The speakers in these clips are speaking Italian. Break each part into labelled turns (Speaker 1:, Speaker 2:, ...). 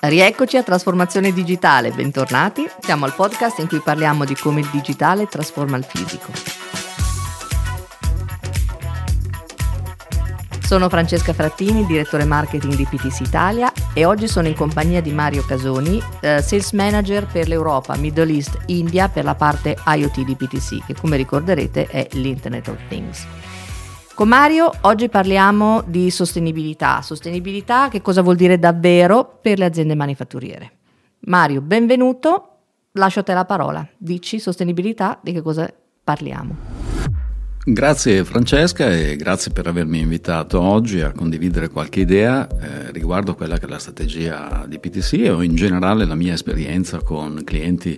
Speaker 1: Rieccoci a Trasformazione Digitale, bentornati. Siamo al podcast in cui parliamo di come il digitale trasforma il fisico. Sono Francesca Frattini, direttore marketing di PTC Italia, e oggi sono in compagnia di Mario Casoni, Sales Manager per l'Europa, Middle East, India per la parte IoT di PTC, che come ricorderete è l'Internet of Things. Con Mario oggi parliamo di sostenibilità. Sostenibilità, che cosa vuol dire davvero per le aziende manifatturiere? Mario, benvenuto, lascio a te la parola. Dici sostenibilità, di che cosa parliamo?
Speaker 2: Grazie Francesca e grazie per avermi invitato oggi a condividere qualche idea riguardo quella che è la strategia di PTC o in generale la mia esperienza con clienti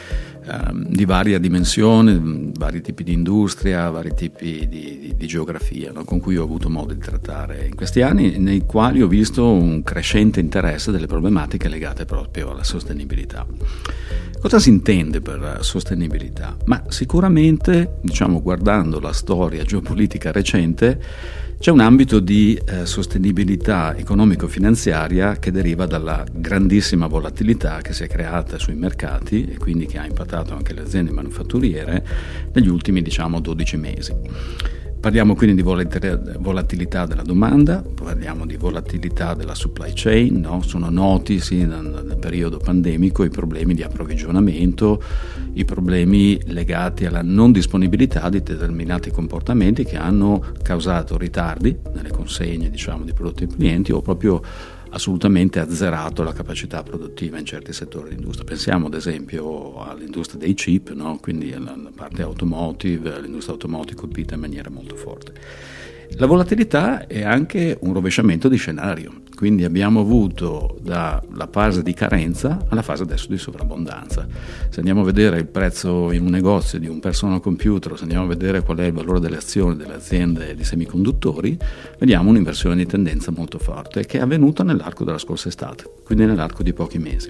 Speaker 2: di varia dimensione, vari tipi di industria, vari tipi di geografia, no? Con cui ho avuto modo di trattare in questi anni, nei quali ho visto un crescente interesse delle problematiche legate proprio alla sostenibilità. Cosa si intende per sostenibilità? Ma sicuramente, guardando la storia geopolitica recente, c'è un ambito di sostenibilità economico-finanziaria che deriva dalla grandissima volatilità che si è creata sui mercati e quindi che ha impattato anche le aziende manufatturiere negli ultimi 12 mesi. Parliamo quindi di volatilità della domanda, parliamo di volatilità della supply chain, no? Sono noti nel periodo pandemico i problemi di approvvigionamento, i problemi legati alla non disponibilità di determinati comportamenti che hanno causato ritardi nelle consegne di prodotti ai clienti o proprio assolutamente azzerato la capacità produttiva in certi settori di industria. Pensiamo ad esempio all'industria dei chip, no? Quindi alla parte automotive, l'industria automotive colpita in maniera molto forte. La volatilità è anche un rovesciamento di scenario, quindi abbiamo avuto dalla fase di carenza alla fase adesso di sovrabbondanza. Se andiamo a vedere il prezzo in un negozio di un personal computer, o se andiamo a vedere qual è il valore delle azioni delle aziende di semiconduttori, vediamo un'inversione di tendenza molto forte che è avvenuta nell'arco della scorsa estate, quindi nell'arco di pochi mesi.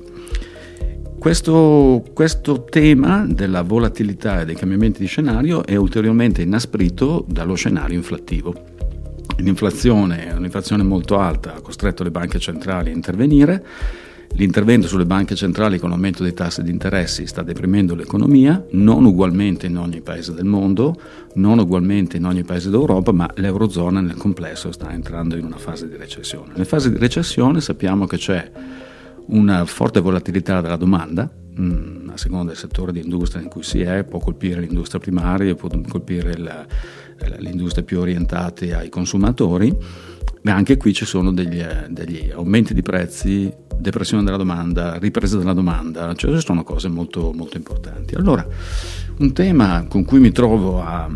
Speaker 2: Questo tema della volatilità e dei cambiamenti di scenario è ulteriormente inasprito dallo scenario inflattivo. Un'inflazione molto alta ha costretto le banche centrali a intervenire. L'intervento sulle banche centrali con l'aumento dei tassi di interessi sta deprimendo l'economia, non ugualmente in ogni paese del mondo, non ugualmente in ogni paese d'Europa, ma l'Eurozona nel complesso sta entrando in una fase di recessione. Nelle fasi di recessione sappiamo che c'è una forte volatilità della domanda, a seconda del settore di industria in cui si è, può colpire l'industria primaria, può colpire le industrie più orientate ai consumatori, ma anche qui ci sono degli aumenti di prezzi, depressione della domanda, ripresa della domanda, cioè sono cose molto, molto importanti. Allora, un tema con cui mi trovo a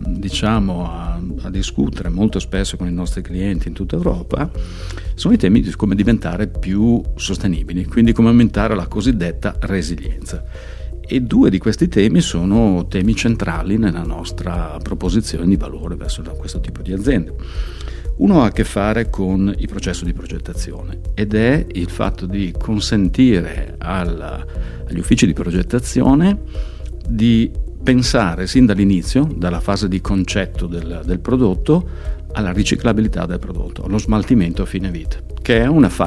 Speaker 2: discutere molto spesso con i nostri clienti in tutta Europa sono i temi di come diventare più sostenibili, quindi come aumentare la cosiddetta resilienza. E due di questi temi sono temi centrali nella nostra proposizione di valore verso questo tipo di aziende. Uno ha a che fare con il processo di progettazione ed è il fatto di consentire agli uffici di progettazione di pensare sin dall'inizio, dalla fase di concetto del prodotto, alla riciclabilità del prodotto, allo smaltimento a fine vita, che è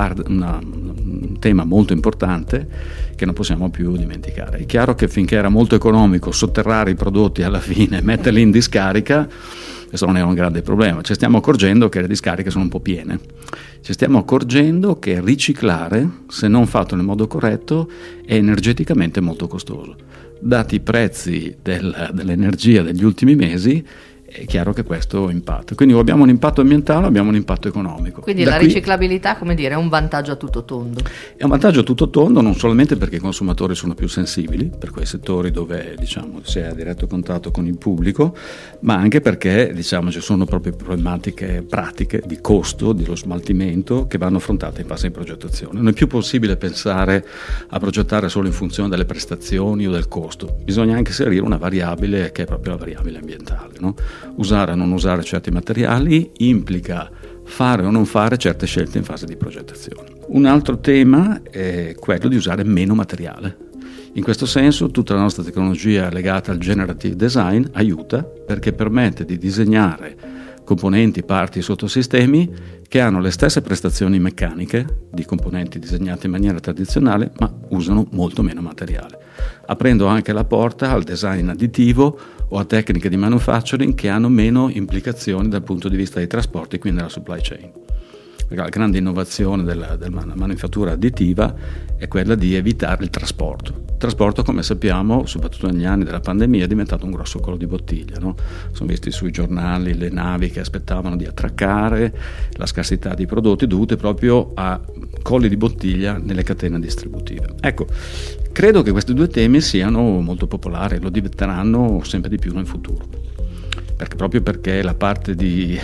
Speaker 2: un tema molto importante che non possiamo più dimenticare. È chiaro che finché era molto economico sotterrare i prodotti alla fine e metterli in discarica, questo non è un grande problema. Ci stiamo accorgendo che le discariche sono un po' piene. Ci stiamo accorgendo che riciclare, se non fatto nel modo corretto, è energeticamente molto costoso. Dati i prezzi dell'energia degli ultimi mesi, è chiaro che questo impatta. Quindi o abbiamo un impatto ambientale o abbiamo un impatto economico.
Speaker 1: Quindi la riciclabilità, è un vantaggio a tutto tondo.
Speaker 2: È un vantaggio a tutto tondo non solamente perché i consumatori sono più sensibili per quei settori dove si è a diretto contatto con il pubblico, ma anche perché ci sono proprio problematiche pratiche di costo dello smaltimento che vanno affrontate in fase di progettazione. Non è più possibile pensare a progettare solo in funzione delle prestazioni o del costo, bisogna anche inserire una variabile che è proprio la variabile ambientale, no? Usare o non usare certi materiali implica fare o non fare certe scelte in fase di progettazione. Un altro tema è quello di usare meno materiale. In questo senso tutta la nostra tecnologia legata al generative design aiuta perché permette di disegnare componenti, parti e sottosistemi che hanno le stesse prestazioni meccaniche di componenti disegnati in maniera tradizionale, ma usano molto meno materiale, aprendo anche la porta al design additivo o a tecniche di manufacturing che hanno meno implicazioni dal punto di vista dei trasporti, quindi della supply chain. La grande innovazione della manifattura additiva è quella di evitare il trasporto. Il trasporto, come sappiamo, soprattutto negli anni della pandemia, è diventato un grosso collo di bottiglia, no? Sono visti sui giornali le navi che aspettavano di attraccare, la scarsità di prodotti dovute proprio a colli di bottiglia nelle catene distributive. Ecco, credo che questi due temi siano molto popolari, lo diventeranno sempre di più nel futuro. Proprio perché la parte di,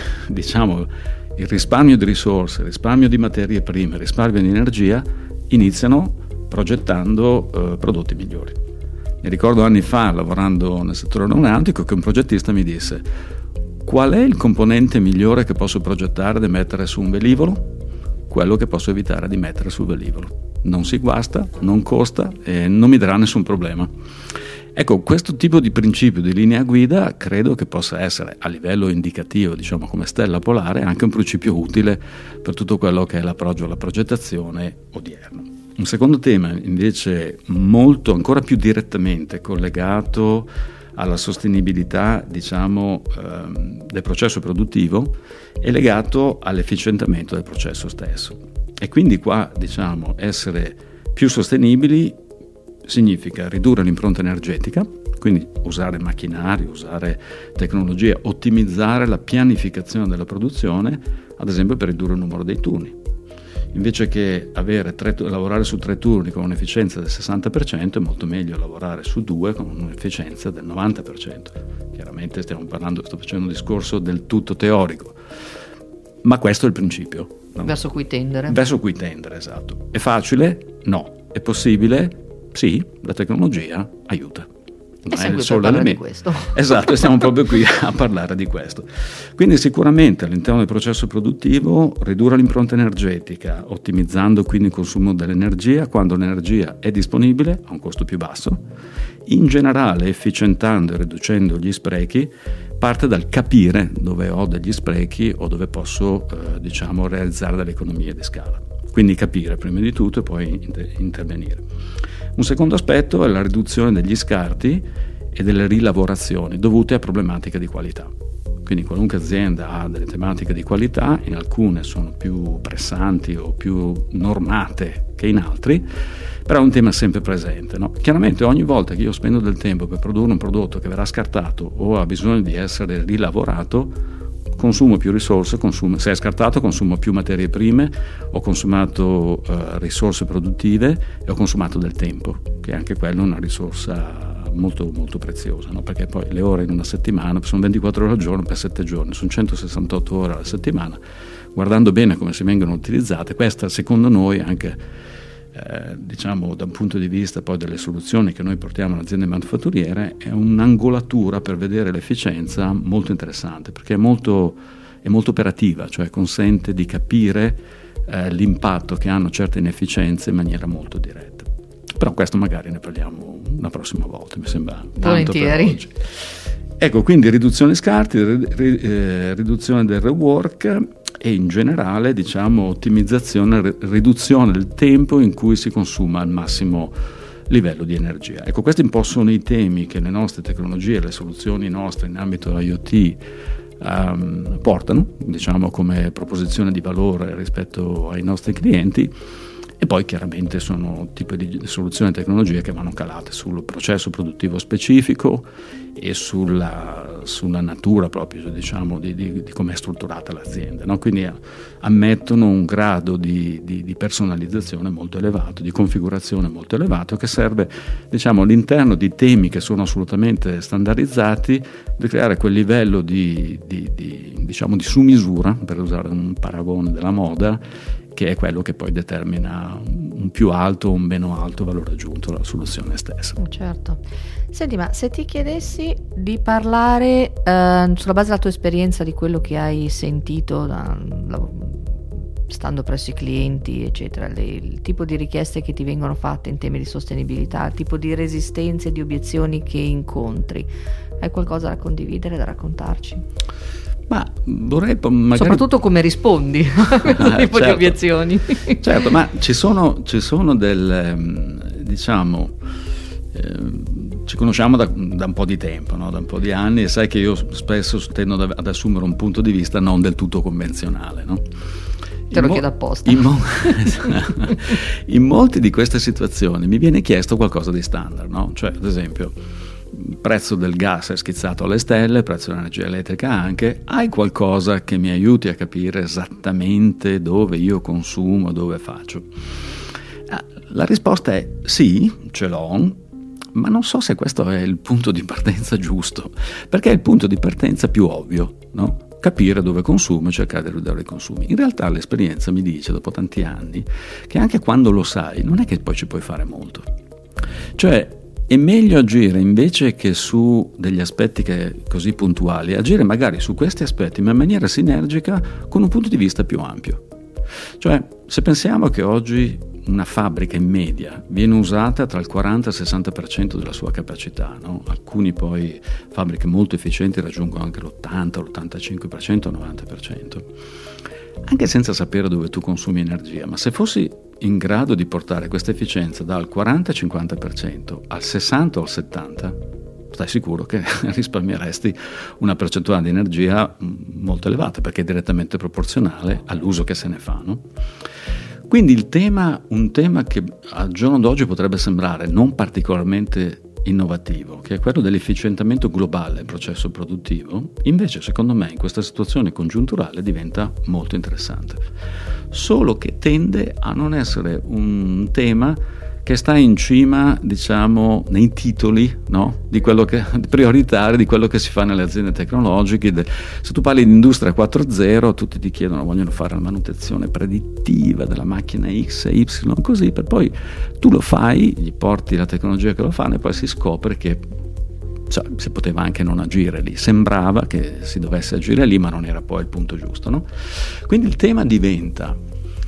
Speaker 2: il risparmio di risorse, il risparmio di materie prime, il risparmio di energia iniziano progettando prodotti migliori. Mi ricordo anni fa, lavorando nel settore aeronautico, che un progettista mi disse: qual è il componente migliore che posso progettare di mettere su un velivolo? Quello che posso evitare di mettere sul velivolo. Non si guasta, non costa e non mi darà nessun problema. Ecco, questo tipo di principio di linea guida credo che possa essere, a livello indicativo, come stella polare, anche un principio utile per tutto quello che è l'approccio alla progettazione odierno. Un secondo tema, invece, molto ancora più direttamente collegato alla sostenibilità, del processo produttivo, è legato all'efficientamento del processo stesso. E quindi qua, essere più sostenibili significa ridurre l'impronta energetica, quindi usare macchinari, usare tecnologie, ottimizzare la pianificazione della produzione, ad esempio per ridurre il numero dei turni. Invece che lavorare su 3 turni con un'efficienza del 60%, è molto meglio lavorare su 2 con un'efficienza del 90%. Chiaramente sto facendo un discorso del tutto teorico, ma questo è il principio. No?
Speaker 1: Verso cui tendere.
Speaker 2: Verso cui tendere, esatto. È facile? No. È possibile? Sì, la tecnologia aiuta.
Speaker 1: E siamo qui per parlare di questo.
Speaker 2: Esatto, stiamo proprio qui a parlare di questo. Quindi sicuramente all'interno del processo produttivo ridurre l'impronta energetica, ottimizzando quindi il consumo dell'energia quando l'energia è disponibile a un costo più basso, in generale efficientando e riducendo gli sprechi, parte dal capire dove ho degli sprechi o dove posso realizzare delle economie di scala. Quindi capire prima di tutto e poi intervenire. Un secondo aspetto è la riduzione degli scarti e delle rilavorazioni dovute a problematiche di qualità. Quindi qualunque azienda ha delle tematiche di qualità, in alcune sono più pressanti o più normate che in altri, però è un tema sempre presente, no? Chiaramente ogni volta che io spendo del tempo per produrre un prodotto che verrà scartato o ha bisogno di essere rilavorato, consumo più risorse, se è scartato consumo più materie prime, ho consumato risorse produttive e ho consumato del tempo, che anche quello è una risorsa molto molto preziosa, no? Perché poi le ore in una settimana sono 24 ore al giorno per 7 giorni, sono 168 ore alla settimana. Guardando bene come si vengono utilizzate, questa secondo noi anche da un punto di vista poi delle soluzioni che noi portiamo alle aziende manifatturiere, è un'angolatura per vedere l'efficienza molto interessante, perché è molto operativa, cioè consente di capire l'impatto che hanno certe inefficienze in maniera molto diretta. Però questo magari ne parliamo una prossima volta, mi sembra tanto per oggi. Ecco, quindi riduzione scarti, riduzione del rework e in generale ottimizzazione, riduzione del tempo in cui si consuma al massimo livello di energia. Ecco, questi un po' sono i temi che le nostre tecnologie, le soluzioni nostre in ambito IoT portano, come proposizione di valore rispetto ai nostri clienti. E poi chiaramente sono tipi di soluzioni e tecnologie che vanno calate sul processo produttivo specifico e sulla natura proprio di come è strutturata l'azienda, no? Quindi ammettono un grado di personalizzazione molto elevato, di configurazione molto elevato, che serve all'interno di temi che sono assolutamente standardizzati di creare quel livello di su misura, per usare un paragone della moda, che è quello che poi determina un più alto o un meno alto valore aggiunto alla soluzione stessa.
Speaker 1: Certo. Senti, ma se ti chiedessi di parlare sulla base della tua esperienza, di quello che hai sentito stando presso i clienti, eccetera, il tipo di richieste che ti vengono fatte in temi di sostenibilità, il tipo di resistenze e di obiezioni che incontri, hai qualcosa da condividere, da raccontarci?
Speaker 2: Ma vorrei magari...
Speaker 1: Soprattutto come rispondi a questo tipo di obiezioni.
Speaker 2: Certo, ma ci sono del, diciamo, ci conosciamo da un po' di tempo, no? Da un po' di anni, e sai che io spesso tendo ad assumere un punto di vista non del tutto convenzionale, no?
Speaker 1: Te lo chiedo apposta.
Speaker 2: In molte di queste situazioni mi viene chiesto qualcosa di standard, no? Cioè, ad esempio, il prezzo del gas è schizzato alle stelle, il prezzo dell'energia elettrica anche. Hai qualcosa che mi aiuti a capire esattamente dove io consumo, dove faccio? La risposta è sì, ce l'ho, ma non so se questo è il punto di partenza giusto, perché è il punto di partenza più ovvio, no? Capire dove consumo e cercare di ridurre i consumi. In realtà l'esperienza mi dice, dopo tanti anni, che anche quando lo sai, non è che poi ci puoi fare molto. Cioè, è meglio agire invece che su degli aspetti così puntuali, agire magari su questi aspetti, ma in maniera sinergica con un punto di vista più ampio. Cioè, se pensiamo che oggi una fabbrica in media viene usata tra il 40 e il 60% della sua capacità, no? Alcuni poi fabbriche molto efficienti raggiungono anche l'80, l'85%, il 90%. Anche senza sapere dove tu consumi energia, ma se fossi in grado di portare questa efficienza dal 40 al 50% al 60 o al 70%, stai sicuro che risparmieresti una percentuale di energia molto elevata, perché è direttamente proporzionale all'uso che se ne fa, no? Quindi un tema che al giorno d'oggi potrebbe sembrare non particolarmente innovativo, che è quello dell'efficientamento globale del processo produttivo, invece secondo me in questa situazione congiunturale diventa molto interessante, solo che tende a non essere un tema che sta in cima, diciamo, nei titoli, no? Di quello che prioritario di quello che si fa nelle aziende tecnologiche. Se tu parli di industria 4.0, tutti ti chiedono, vogliono fare la manutenzione predittiva della macchina X e Y, così, per poi tu lo fai, gli porti la tecnologia che lo fanno e poi si scopre che si poteva anche non agire lì, sembrava che si dovesse agire lì, ma non era poi il punto giusto, no? Quindi il tema diventa: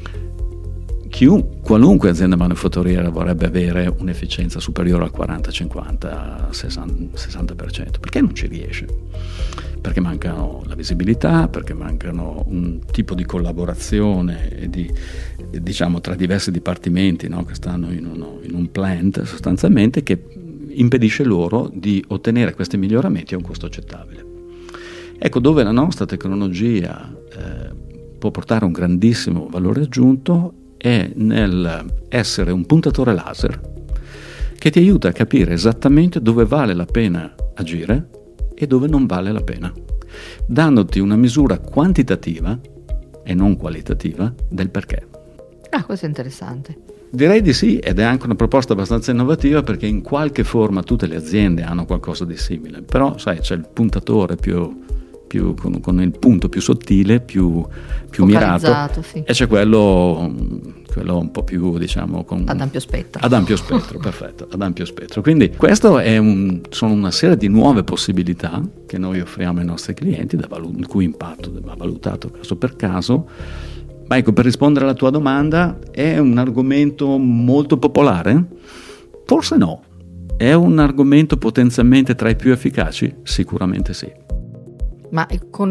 Speaker 2: qualunque azienda manifatturiera vorrebbe avere un'efficienza superiore al 40, 50, 60%. Perché non ci riesce? Perché mancano la visibilità, perché mancano un tipo di collaborazione diciamo tra diversi dipartimenti, no? Che stanno in un plant sostanzialmente, che impedisce loro di ottenere questi miglioramenti a un costo accettabile. Ecco dove la nostra tecnologia può portare un grandissimo valore aggiunto è nel essere un puntatore laser che ti aiuta a capire esattamente dove vale la pena agire e dove non vale la pena, dandoti una misura quantitativa e non qualitativa del perché.
Speaker 1: Questo è interessante.
Speaker 2: Direi di sì, ed è anche una proposta abbastanza innovativa, perché in qualche forma tutte le aziende hanno qualcosa di simile, però sai, c'è il puntatore più con il punto più sottile, più mirato, sì. E c'è quello un po' più, diciamo,
Speaker 1: ad ampio spettro.
Speaker 2: Ad ampio spettro, perfetto, ad ampio spettro. Quindi questo sono una serie di nuove possibilità che noi offriamo ai nostri clienti, il cui impatto va valutato caso per caso. Ma ecco, per rispondere alla tua domanda, è un argomento molto popolare? Forse no. È un argomento potenzialmente tra i più efficaci? Sicuramente sì.
Speaker 1: Ma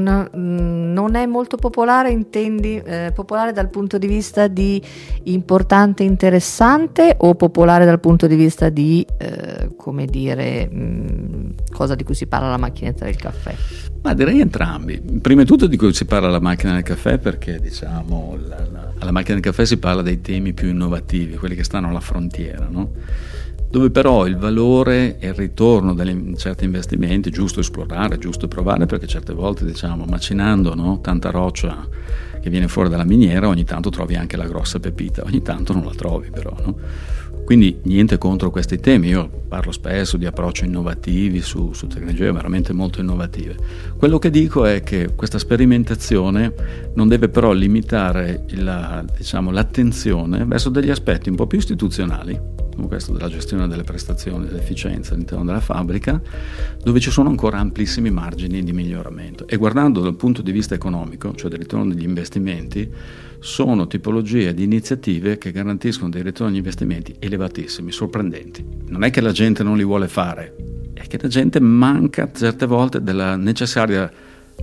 Speaker 1: non è molto popolare, intendi popolare dal punto di vista di importante, interessante, o popolare dal punto di vista di, come dire, cosa di cui si parla alla macchinetta del caffè?
Speaker 2: Ma direi entrambi. Prima di tutto di cui si parla alla macchina del caffè, perché diciamo alla macchina del caffè si parla dei temi più innovativi, quelli che stanno alla frontiera, no? Dove però il valore e il ritorno di certi investimenti, giusto esplorare, giusto provare, perché certe volte, diciamo, macinando, no, tanta roccia che viene fuori dalla miniera, ogni tanto trovi anche la grossa pepita, ogni tanto non la trovi però, no? Quindi niente contro questi temi, io parlo spesso di approcci innovativi su tecnologie veramente molto innovative. Quello che dico è che questa sperimentazione non deve però limitare l'attenzione verso degli aspetti un po' più istituzionali, come questo della gestione delle prestazioni, dell'efficienza all'interno della fabbrica, dove ci sono ancora amplissimi margini di miglioramento. E guardando dal punto di vista economico, cioè del ritorno degli investimenti, sono tipologie di iniziative che garantiscono dei ritorni agli investimenti elevatissimi, sorprendenti. Non è che la gente non li vuole fare, è che la gente manca certe volte della necessaria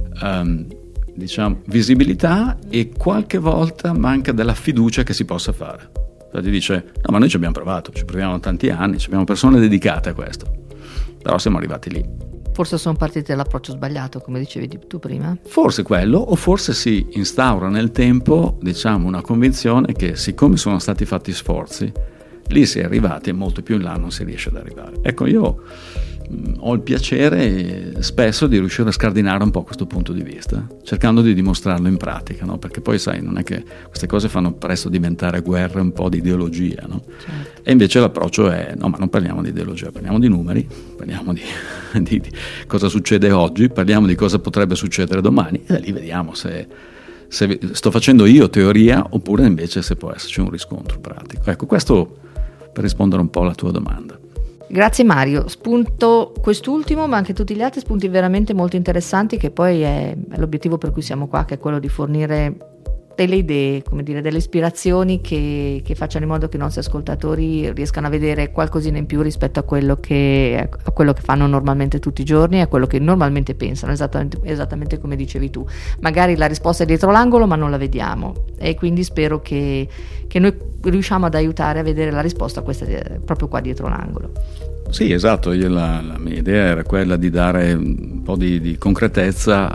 Speaker 2: diciamo, visibilità, e qualche volta manca della fiducia che si possa fare. Cioè ti dice, no, ma noi ci abbiamo provato, ci proviamo da tanti anni, abbiamo persone dedicate a questo, però siamo arrivati lì.
Speaker 1: Forse sono partiti dall'approccio sbagliato, come dicevi tu prima.
Speaker 2: Forse quello, o forse si instaura nel tempo, diciamo, una convinzione che siccome sono stati fatti sforzi, lì si è arrivati e molto più in là non si riesce ad arrivare. Ecco, io ho il piacere spesso di riuscire a scardinare un po' questo punto di vista, cercando di dimostrarlo in pratica, no? Perché poi sai, non è che queste cose fanno presto diventare guerre un po' di ideologia, no? Certo. E invece l'approccio è, no, ma non parliamo di ideologia, parliamo di numeri, parliamo di cosa succede oggi, parliamo di cosa potrebbe succedere domani, e da lì vediamo se sto facendo io teoria oppure invece se può esserci un riscontro pratico. Ecco, questo per rispondere un po' alla tua domanda.
Speaker 1: Grazie Mario, spunto quest'ultimo ma anche tutti gli altri spunti veramente molto interessanti, che poi è l'obiettivo per cui siamo qua, che è quello di fornire delle idee, come dire, delle ispirazioni che facciano in modo che i nostri ascoltatori riescano a vedere qualcosina in più rispetto a quello che fanno normalmente tutti i giorni, a quello che normalmente pensano, esattamente come dicevi tu. Magari la risposta è dietro l'angolo ma non la vediamo, e quindi spero che noi riusciamo ad aiutare a vedere la risposta a questa proprio qua dietro l'angolo.
Speaker 2: Sì, esatto, la mia idea era quella di dare un po' di concretezza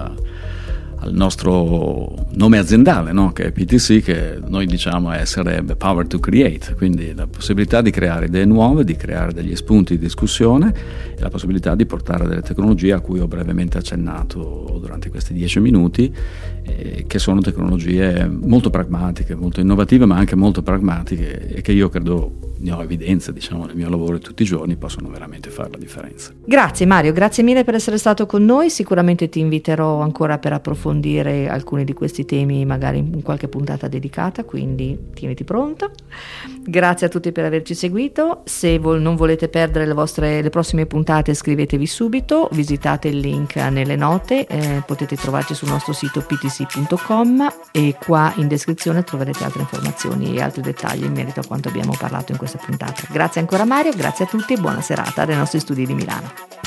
Speaker 2: al nostro nome aziendale, no? Che è PTC, che noi diciamo essere Power to Create, quindi la possibilità di creare idee nuove, di creare degli spunti di discussione e la possibilità di portare delle tecnologie a cui ho brevemente accennato durante questi 10 minuti, che sono tecnologie molto pragmatiche, molto innovative, ma anche molto pragmatiche, e che io credo, ne ho evidenza, diciamo, nel mio lavoro tutti i giorni, possono veramente fare la differenza.
Speaker 1: Grazie Mario, grazie mille per essere stato con noi. Sicuramente ti inviterò ancora per approfondire alcuni di questi temi, magari in qualche puntata dedicata, quindi tieniti pronto. Grazie a tutti per averci seguito. Se non volete perdere le prossime puntate, iscrivetevi subito, visitate il link nelle note, potete trovarci sul nostro sito ptc.com, e qua in descrizione troverete altre informazioni e altri dettagli in merito a quanto abbiamo parlato in questa puntata. Grazie ancora Mario, grazie a tutti e buona serata dai nostri studi di Milano.